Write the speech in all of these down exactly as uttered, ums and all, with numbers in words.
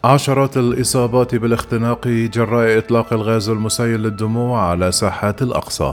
عشرات الإصابات بالاختناق جراء إطلاق الغاز المسيل للدموع على ساحات الأقصى.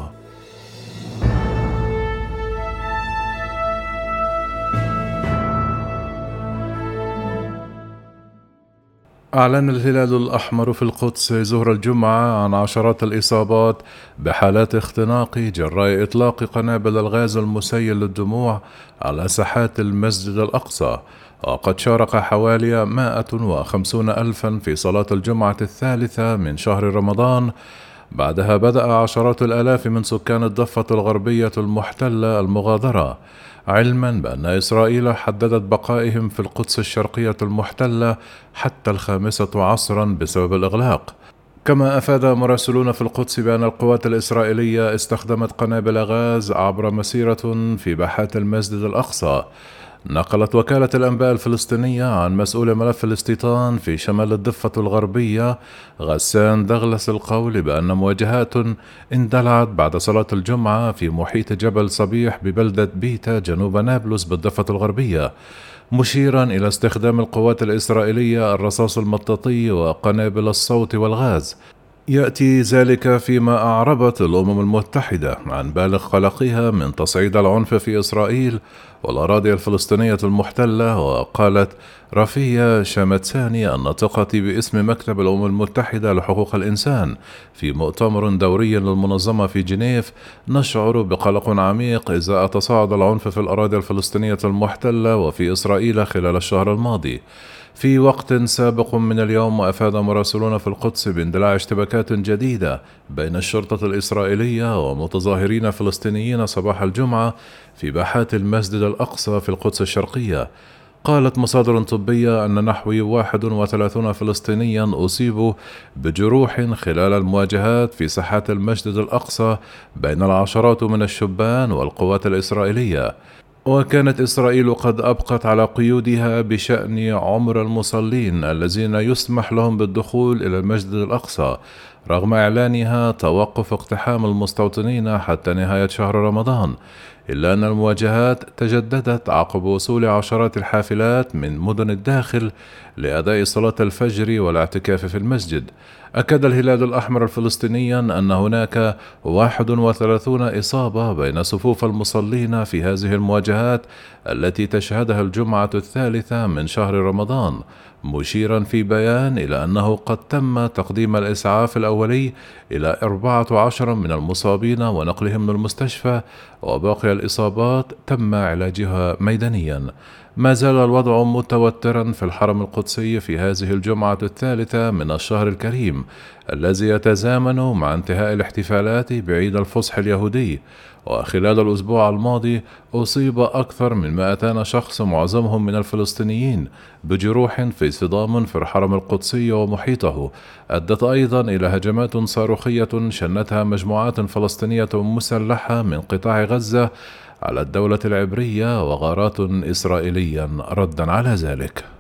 أعلن الهلال الأحمر في القدس ظهر الجمعة عن عشرات الإصابات بحالات اختناق جراء إطلاق قنابل الغاز المسيل للدموع على ساحات المسجد الأقصى، وقد شارك حوالي مائة وخمسون ألفا في صلاة الجمعة الثالثة من شهر رمضان. بعدها بدأ عشرات الآلاف من سكان الضفة الغربية المحتلة المغادرة، علما بأن إسرائيل حددت بقائهم في القدس الشرقية المحتلة حتى الخامسة عصرا بسبب الإغلاق. كما أفاد مراسلون في القدس بأن القوات الإسرائيلية استخدمت قنابل غاز عبر مسيرة في باحات المسجد الأقصى. نقلت وكالة الأنباء الفلسطينية عن مسؤول ملف الاستيطان في شمال الضفة الغربية غسان دغلس القول بأن مواجهات اندلعت بعد صلاة الجمعة في محيط جبل صبيح ببلدة بيتا جنوب نابلس بالضفة الغربية، مشيرا إلى استخدام القوات الإسرائيلية الرصاص المطاطي وقنابل الصوت والغاز. يأتي ذلك فيما أعربت الأمم المتحدة عن بالغ قلقها من تصعيد العنف في إسرائيل والأراضي الفلسطينية المحتلة. وقالت رفية شامتساني الناطقة باسم مكتب الأمم المتحدة لحقوق الإنسان في مؤتمر دوري للمنظمة في جنيف: نشعر بقلق عميق إزاء تصاعد العنف في الأراضي الفلسطينية المحتلة وفي إسرائيل خلال الشهر الماضي. في وقت سابق من اليوم، أفاد مراسلون في القدس باندلاع اشتباكات جديدة بين الشرطة الإسرائيلية ومتظاهرين فلسطينيين صباح الجمعة في باحات المسجد الأقصى في القدس الشرقية. قالت مصادر طبية أن نحو واحد وثلاثين فلسطينيا أصيبوا بجروح خلال المواجهات في ساحات المسجد الأقصى بين العشرات من الشبان والقوات الإسرائيلية. وكانت إسرائيل قد أبقت على قيودها بشأن عمر المصلين الذين يسمح لهم بالدخول إلى المسجد الأقصى، رغم إعلانها توقف اقتحام المستوطنين حتى نهاية شهر رمضان، إلا أن المواجهات تجددت عقب وصول عشرات الحافلات من مدن الداخل لأداء صلاة الفجر والاعتكاف في المسجد. أكد الهلال الأحمر الفلسطيني أن هناك واحد وثلاثين إصابة بين صفوف المصلين في هذه المواجهات التي تشهدها الجمعة الثالثة من شهر رمضان، مشيرا في بيان إلى أنه قد تم تقديم الإسعاف الأولي إلى أربعة عشر من المصابين ونقلهم للمستشفى، وباقي الإصابات تم علاجها ميدانيا. ما زال الوضع متوترا في الحرم القدسي في هذه الجمعة الثالثة من الشهر الكريم الذي يتزامن مع انتهاء الاحتفالات بعيد الفصح اليهودي. وخلال الأسبوع الماضي أصيب أكثر من مئتين شخص معظمهم من الفلسطينيين بجروح في صدام في الحرم القدسي ومحيطه، أدت أيضا إلى هجمات صاروخية شنتها مجموعات فلسطينية مسلحة من قطاع غزة على الدولة العبرية وغارات إسرائيلية ردا على ذلك.